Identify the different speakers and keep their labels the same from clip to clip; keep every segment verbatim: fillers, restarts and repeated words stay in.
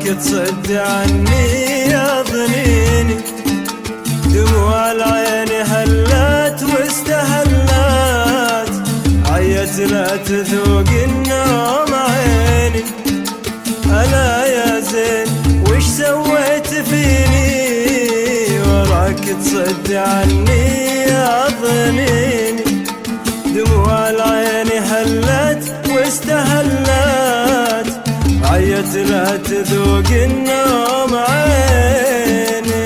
Speaker 1: تصد عني يا ظنيني، دموع العين هلت واستهلت، عيت لا تذوق النوم عيني. ألا يا زين وش سويت فيني، وراك تصد عني يا ظنيني، دموع العين هلت واستهلت، عيت لا تذوق النوم عيني.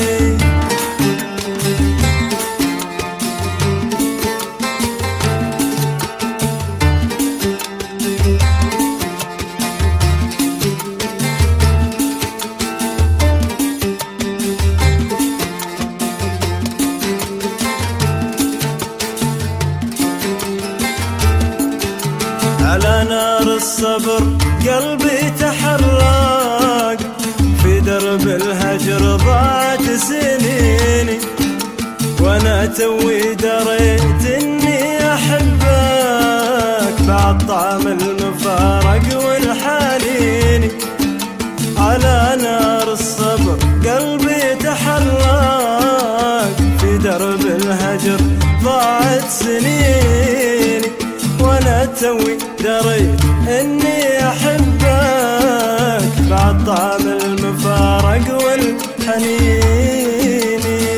Speaker 1: على نار الصبر قلبي تحرق، في درب الهجر ضاعت سنيني، وانا توي دريت اني احبك بعد طعم المفارق والحنين. على نار الصبر قلبي تحرق، في درب الهجر ضاعت سنيني، وانا توي دريت اني احبك بعد طعم المفارق والحنين.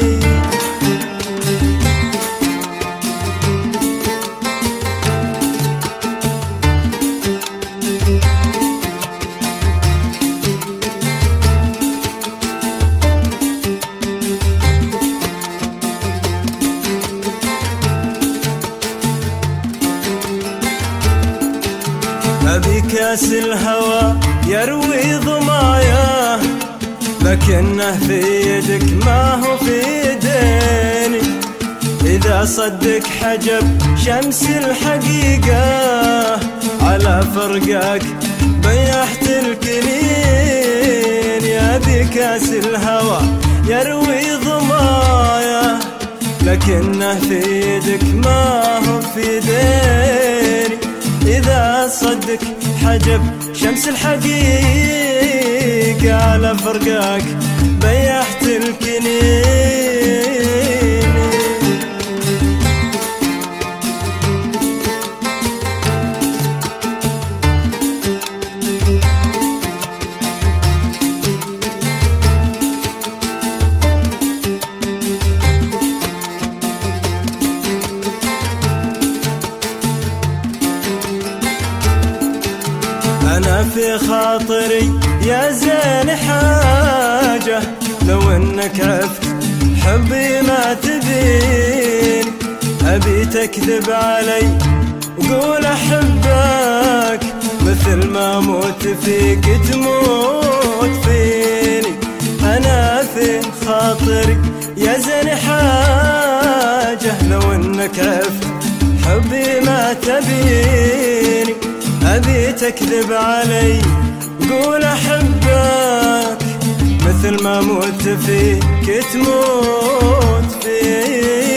Speaker 1: أبي كاس الهوى يروي ضماياه، لكنه في يدك ما هو في يديني، إذا صدق حجب شمس الحقيقة على فرقك بيحت الكنين. يا أبي كاس الهوى يروي ضماياه، لكنه في يدك ما هو في يديني، إذا صدق حجب شمس الحقيقة على فرقك بيحت الكنين. أنا في خاطري يا زين حاجة، لو إنك عفت حبي ما تبين، أبي تكذب علي وقول أحبك، مثل ما موت فيك تموت فيني. أنا في خاطري يا زين حاجة، لو إنك عفت حبي ما تبيني، أبي تكذب علي قول أحبك، مثل ما موت فيك تموت فيك.